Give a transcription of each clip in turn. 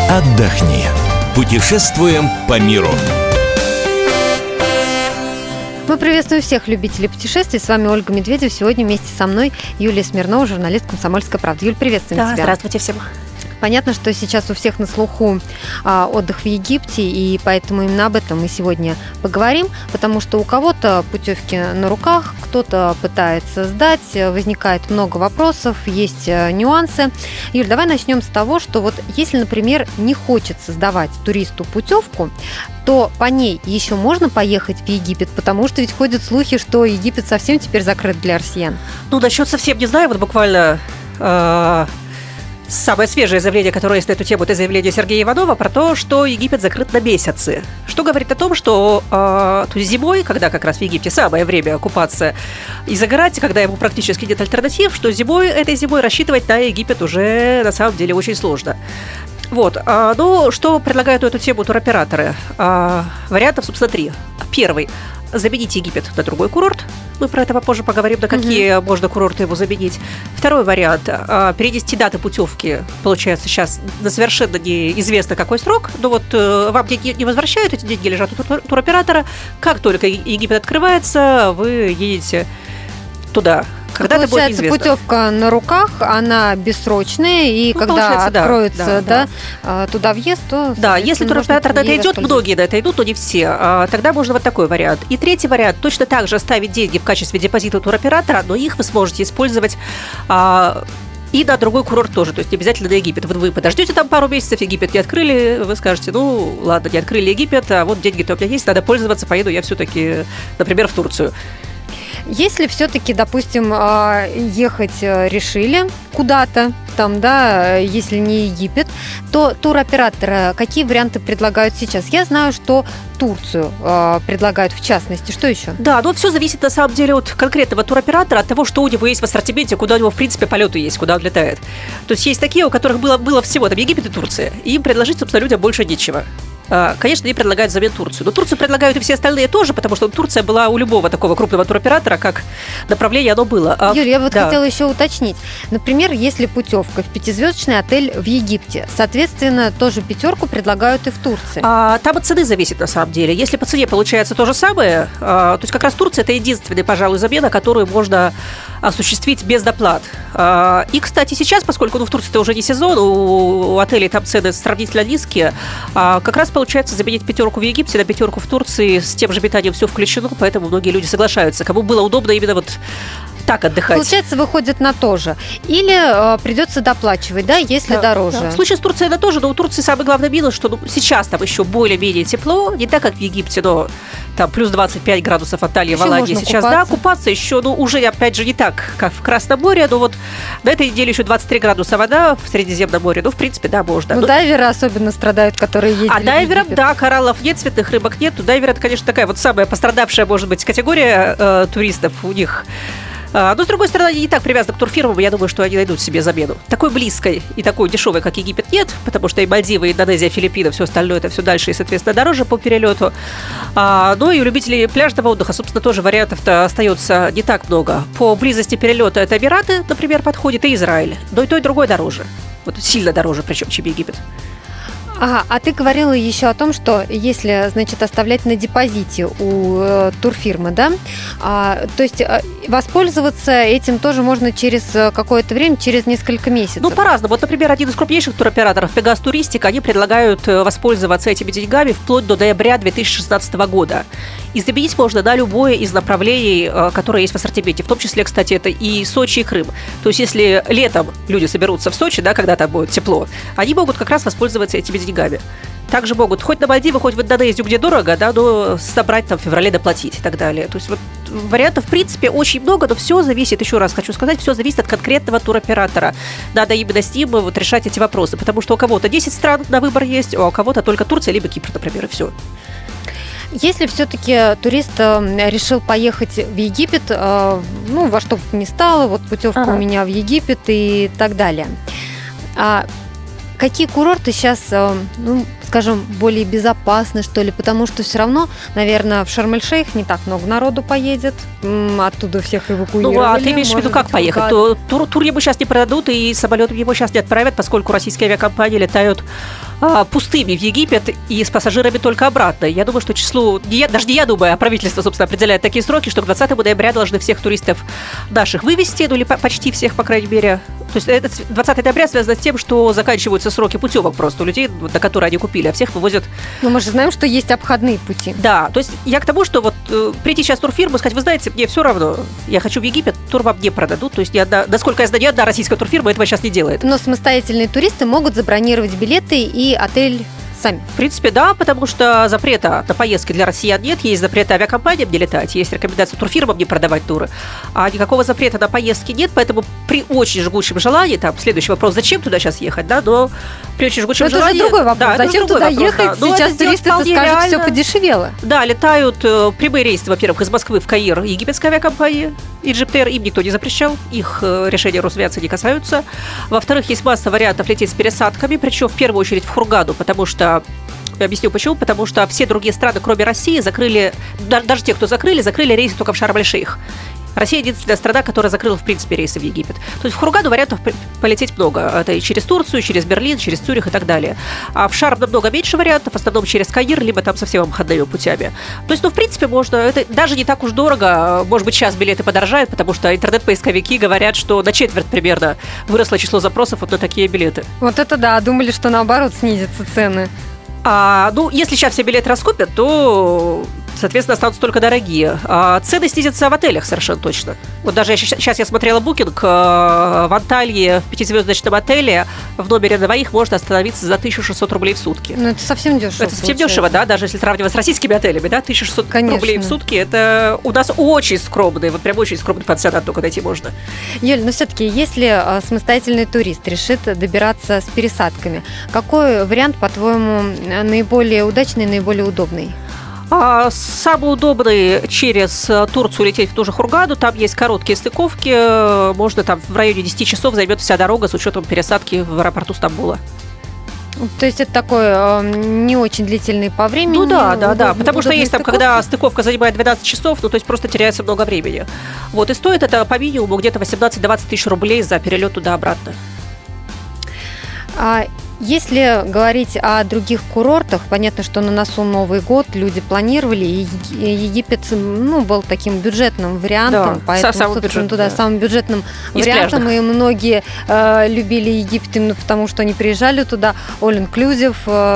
отдохни. Путешествуем по миру. Мы приветствуем всех любителей путешествий. С вами Ольга Медведева. Сегодня вместе со мной Юлия Смирнова, журналист «Комсомольской правды». Юль, приветствуем тебя. Здравствуйте всем. Понятно, что сейчас у всех на слуху отдых в Египте, и поэтому именно об этом мы сегодня поговорим, потому что у кого-то путевки на руках, кто-то пытается сдать, возникает много вопросов, есть нюансы. Юль, давай начнем с того, что вот если, например, не хочется сдавать туристу путевку, то по ней еще можно поехать в Египет, потому что ведь ходят слухи, что Египет совсем теперь закрыт для россиян. Ну, насчет совсем не знаю, вот буквально... Самое свежее заявление, которое есть на эту тему, это заявление Сергея Иванова про то, что Египет закрыт на месяцы. Что говорит о том, что то есть зимой, когда как раз в Египте самое время купаться и загорать, когда ему практически нет альтернатив, что этой зимой рассчитывать на Египет уже на самом деле очень сложно. Вот. Ну, что предлагают эту тему туроператоры? Вариантов, собственно, 3. Первый. Заменить Египет на другой курорт. Мы про это попозже поговорим, на какие можно курорты его заменить. Второй вариант. Перенести даты путевки, получается, сейчас на совершенно неизвестно какой срок. Но вот вам деньги не возвращают, эти деньги лежат у туроператора. Как только Египет открывается, вы едете туда. Когда-то получается, путевка на руках, она бессрочная, и когда откроется туда въезд, то... Да, если туроператор на это идет, многие на это идут, но не все. Тогда можно вот такой вариант. И третий вариант, точно так же оставить деньги в качестве депозита туроператора, но их вы сможете использовать и на другой курорт тоже, то есть не обязательно на Египет. Вот вы подождете там пару месяцев, Египет не открыли, вы скажете, ну ладно, не открыли Египет, а вот деньги-то у меня есть, надо пользоваться, поеду я все-таки, например, в Турцию. Если все-таки, допустим, ехать решили куда-то, там, да, если не Египет, то туроператоры какие варианты предлагают сейчас? Я знаю, что Турцию предлагают в частности. Что еще? Да, но все зависит на самом деле от конкретного туроператора, от того, что у него есть в ассортименте, куда у него, в принципе, полеты есть, куда он летает. То есть есть такие, у которых было всего там Египет и Турция, и им предложить, собственно, людям больше нечего. Конечно, они предлагают взамен Турцию. Но Турцию предлагают и все остальные тоже, потому что Турция была у любого такого крупного туроператора, как направление оно было. Юль, я вот хотела еще уточнить. Например, если путевка в 5-звездочный отель в Египте, соответственно, тоже 5 предлагают и в Турции. Там от цены зависит на самом деле. Если по цене получается то же самое, то есть как раз Турция – это единственная, пожалуй, замена, которую можно осуществить без доплат. И, кстати, сейчас, поскольку в Турции это уже не сезон, у отелей там цены сравнительно низкие, как раз получается заменить 5 в Египте на 5 в Турции, с тем же питанием все включено, поэтому многие люди соглашаются. Кому было удобно именно вот так отдыхать. Получается, выходит на то же. Или придется доплачивать, да, если дороже. Да. В случае с Турцией это тоже, но у Турции самый главный минус, что сейчас там еще более-менее тепло, не так, как в Египте, но там плюс 25 градусов Анталии в Алании сейчас, купаться. Да, купаться еще, уже, опять же, не так, как в Красном море, но вот на этой неделе еще 23 градуса вода в Средиземном море, в принципе, да, можно. Дайверы особенно страдают, которые ездили в дайверам, Египет. да, кораллов нет, цветных рыбок нет. Дайверы, это, конечно, такая вот самая пострадавшая, может быть, категория туристов у них. Но, с другой стороны, они не так привязаны к турфирмам, я думаю, что они найдут себе замену. Такой близкой и такой дешевой, как Египет, нет, потому что и Мальдивы, и Индонезия, Филиппины, все остальное, это все дальше и, соответственно, дороже по перелету. Но и у любителей пляжного отдыха, собственно, тоже вариантов-то остается не так много. По близости перелета это Эмираты, например, подходит, и Израиль. Но и то, и другое дороже. Вот сильно дороже, причем, чем Египет. Ага, а ты говорила еще о том, что если, значит, оставлять на депозите у турфирмы, да, то есть воспользоваться этим тоже можно через какое-то время, через несколько месяцев. Ну, по-разному. Вот, например, один из крупнейших туроператоров, Pegasus Touristic, они предлагают воспользоваться этими деньгами вплоть до ноября 2016 года. И заменить можно на любое из направлений, которые есть в ассортименте. В том числе, кстати, это и Сочи, и Крым. То есть, если летом люди соберутся в Сочи, да, когда там будет тепло, они могут как раз воспользоваться этими деньгами. Также могут хоть на Мальдивы, хоть в Индонезию, где дорого, да, но собрать там в феврале, доплатить и так далее. То есть вот вариантов, в принципе, очень много, но все зависит, еще раз хочу сказать, все зависит от конкретного туроператора. Надо именно с ним вот решать эти вопросы, потому что у кого-то 10 стран на выбор есть, а у кого-то только Турция, либо Кипр, например, и все. Если все-таки турист решил поехать в Египет, во что бы то ни стало, вот путевка у меня в Египет и так далее. Какие курорты сейчас скажем, более безопасны, что ли? Потому что все равно, наверное, в Шарм-эль-Шейх не так много народу поедет, оттуда всех эвакуировали. Ну, а ты имеешь в виду, как поехать? Тур ему сейчас не продадут, и самолетом его сейчас не отправят, поскольку российские авиакомпании летают пустыми в Египет и с пассажирами только обратно. Я думаю, что даже не я думаю, а правительство, собственно, определяет такие сроки, что к 20 ноября должны всех туристов наших вывести, ну или почти всех, по крайней мере. То есть это 20 ноября связано с тем, что заканчиваются сроки путевок просто у людей, на которые они купили, а всех вывозят. Но мы же знаем, что есть обходные пути. Да, то есть я к тому, что вот прийти сейчас в турфирму и сказать, вы знаете, мне все равно, я хочу в Египет, тур вам не продадут. То есть, насколько я знаю, ни одна российская турфирма этого сейчас не делает. Но самостоятельные туристы могут забронировать билеты и отель сами. В принципе, да, потому что запрета на поездки для россиян нет, есть запрет авиакомпаниям не летать, есть рекомендация турфирмам не продавать туры, а никакого запрета на поездки нет, поэтому при очень жгучем желании, там, следующий вопрос, зачем туда сейчас ехать, да, но при очень жгучем желании... Это же другой вопрос, да, зачем туда ехать, сейчас туристы скажут, реально. Все подешевело. Да, летают прямые рейсы, во-первых, из Москвы в Каир египетская авиакомпания, Egypt Air, им никто не запрещал, их решения Росавиации не касаются. Во-вторых, есть масса вариантов лететь с пересадками, причем в первую очередь в Хургаду, потому что я объясню почему. Потому что все другие страны, кроме России, закрыли, даже те, кто закрыли рейсы только в Шарм-эль-Шейх. Россия единственная страна, которая закрыла, в принципе, рейсы в Египет. То есть в Хургаду вариантов полететь много. Это и через Турцию, через Берлин, через Цюрих и так далее. А в Шарм намного меньше вариантов, в основном через Каир, либо там совсем обходными путями. То есть, в принципе, можно. Это даже не так уж дорого. Может быть, сейчас билеты подорожают, потому что интернет-поисковики говорят, что на четверть примерно выросло число запросов вот на такие билеты. Вот это да, думали, что наоборот снизятся цены. Если сейчас все билеты раскупят, то, соответственно, останутся только дорогие. Цены снизятся в отелях совершенно точно. Вот даже сейчас я смотрела букинг в Анталье, в 5-звездочном отеле, в номере на двоих можно остановиться за 1600 рублей в сутки. Ну, это совсем дешево. Это совсем дешево, да, даже если сравнивать с российскими отелями, да, 1600 Конечно. рублей в сутки, это у нас очень скромный, вот прям очень скромный пансионат только найти можно. Юль, но все-таки, если самостоятельный турист решит добираться с пересадками, какой вариант, по-твоему, наиболее удачный, наиболее удобный? Самый удобный через Турцию лететь в ту же Хургаду. Там есть короткие стыковки. Можно там в районе 10 часов займет вся дорога с учетом пересадки в аэропорту Стамбула. То есть это такой не очень длительный по времени. Ну да. Потому что есть там, когда стыковка занимает 12 часов, то есть просто теряется много времени. Вот, и стоит это по минимуму где-то 18-20 тысяч рублей за перелет туда-обратно. Если говорить о других курортах, понятно, что на носу Новый год, люди планировали, и Египет был таким бюджетным вариантом, да, поэтому, собственно, туда самым бюджетным вариантом, и многие любили Египет именно потому, что они приезжали туда, all-inclusive,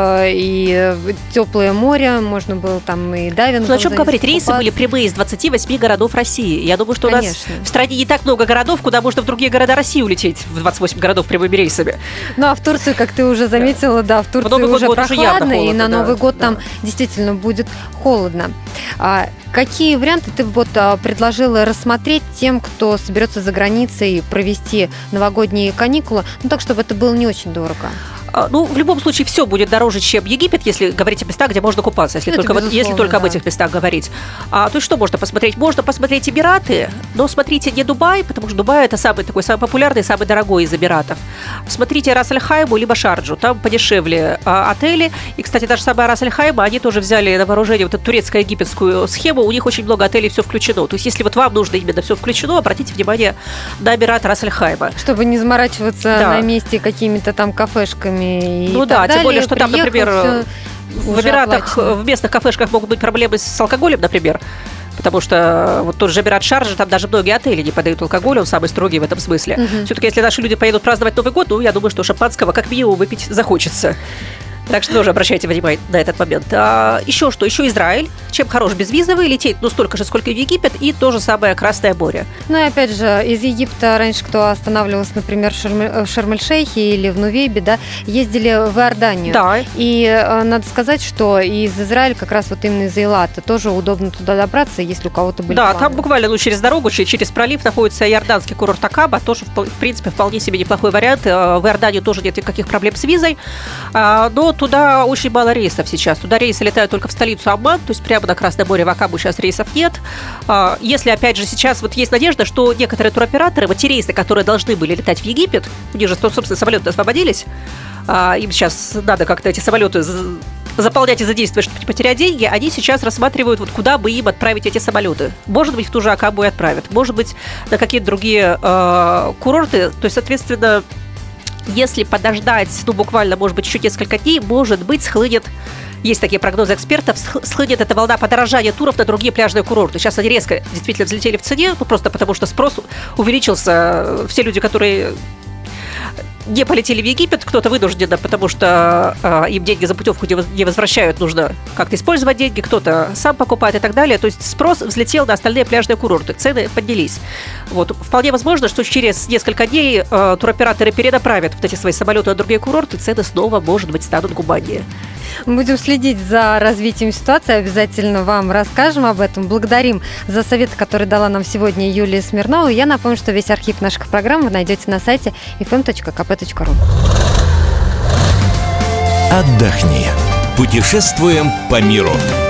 и теплое море, можно было там и дайвингом. О чем говорить, рейсы были прямые из 28 городов России. Я думаю, что у нас в стране не так много городов, куда можно в другие города России улететь, в 28 городов прямыми рейсами. Ну, а в Турцию, как ты уже заметила, да, в Турции уже прохладно, и на Новый год там действительно будет холодно. Какие варианты ты предложила рассмотреть тем, кто соберется за границей провести новогодние каникулы, так, чтобы это было не очень дорого? В любом случае, все будет дороже, чем Египет, если говорить о местах, где можно купаться, если только об этих местах говорить. То есть, что можно посмотреть? Можно посмотреть Эмираты, но смотрите не Дубай, потому что Дубай – это самый популярный, самый дорогой из Эмиратов. Смотрите Рас-Аль-Хайму либо Шарджу, там подешевле отели. И, кстати, даже самая Рас-Аль-Хайма, они тоже взяли на вооружение вот эту турецко-египетскую схему, у них очень много отелей, все включено. То есть, если вот вам нужно именно все включено, обратите внимание на Эмират Рас-Аль-Хайма. Чтобы не заморачиваться на месте какими-то там кафешками. Тем более, что там, например, в Эмиратах, в местных кафешках могут быть проблемы с алкоголем, например. Потому что вот тот же Эмират Шарджа, там даже многие отели не подают алкоголь, он самый строгий в этом смысле. Все-таки, если наши люди поедут праздновать Новый год, я думаю, что шампанского как минимум выпить захочется. Так что тоже обращайте внимание на этот момент. Еще что? Еще Израиль. Чем хорош безвизовый, лететь столько же, сколько и в Египет, и то же самое Красное море. Ну и опять же, из Египта раньше, кто останавливался, например, в Шарм-эль-Шейхе или в Нувейбе, да, ездили в Иорданию. Да. И надо сказать, что из Израиля как раз вот именно из Эйлата тоже удобно туда добраться, если у кого-то были планы. Там буквально через дорогу, через пролив находится иорданский курорт Акаба, тоже, в принципе, вполне себе неплохой вариант. В Иорданию тоже нет никаких проблем с визой, но туда очень мало рейсов сейчас. Туда рейсы летают только в столицу Амман, то есть прямо на Красное море в Акабу сейчас рейсов нет. Если, опять же, сейчас вот есть надежда, что некоторые туроператоры, вот те рейсы, которые должны были летать в Египет, у них же, собственно, самолеты освободились, им сейчас надо как-то эти самолеты заполнять и задействовать, чтобы не потерять деньги, они сейчас рассматривают, вот куда бы им отправить эти самолеты. Может быть, в ту же Акабу и отправят, может быть, на какие-то другие курорты. То есть, соответственно, если подождать, буквально, может быть, еще несколько дней, может быть, схлынет, есть такие прогнозы экспертов, схлынет эта волна подорожания туров на другие пляжные курорты. Сейчас они резко действительно взлетели в цене, просто потому что спрос увеличился. Все люди, которые не полетели в Египет, кто-то вынужденно, потому что им деньги за путевку не возвращают, нужно как-то использовать деньги, кто-то сам покупает и так далее. То есть спрос взлетел на остальные пляжные курорты, цены поднялись. Вот. Вполне возможно, что через несколько дней туроператоры перенаправят вот эти свои самолеты на другие курорты, цены снова, может быть, станут гуманнее. Будем следить за развитием ситуации, обязательно вам расскажем об этом. Благодарим за совет, который дала нам сегодня Юлия Смирнова. Я напомню, что весь архив наших программ вы найдете на сайте fm.kp.ru. Отдохни. Путешествуем по миру.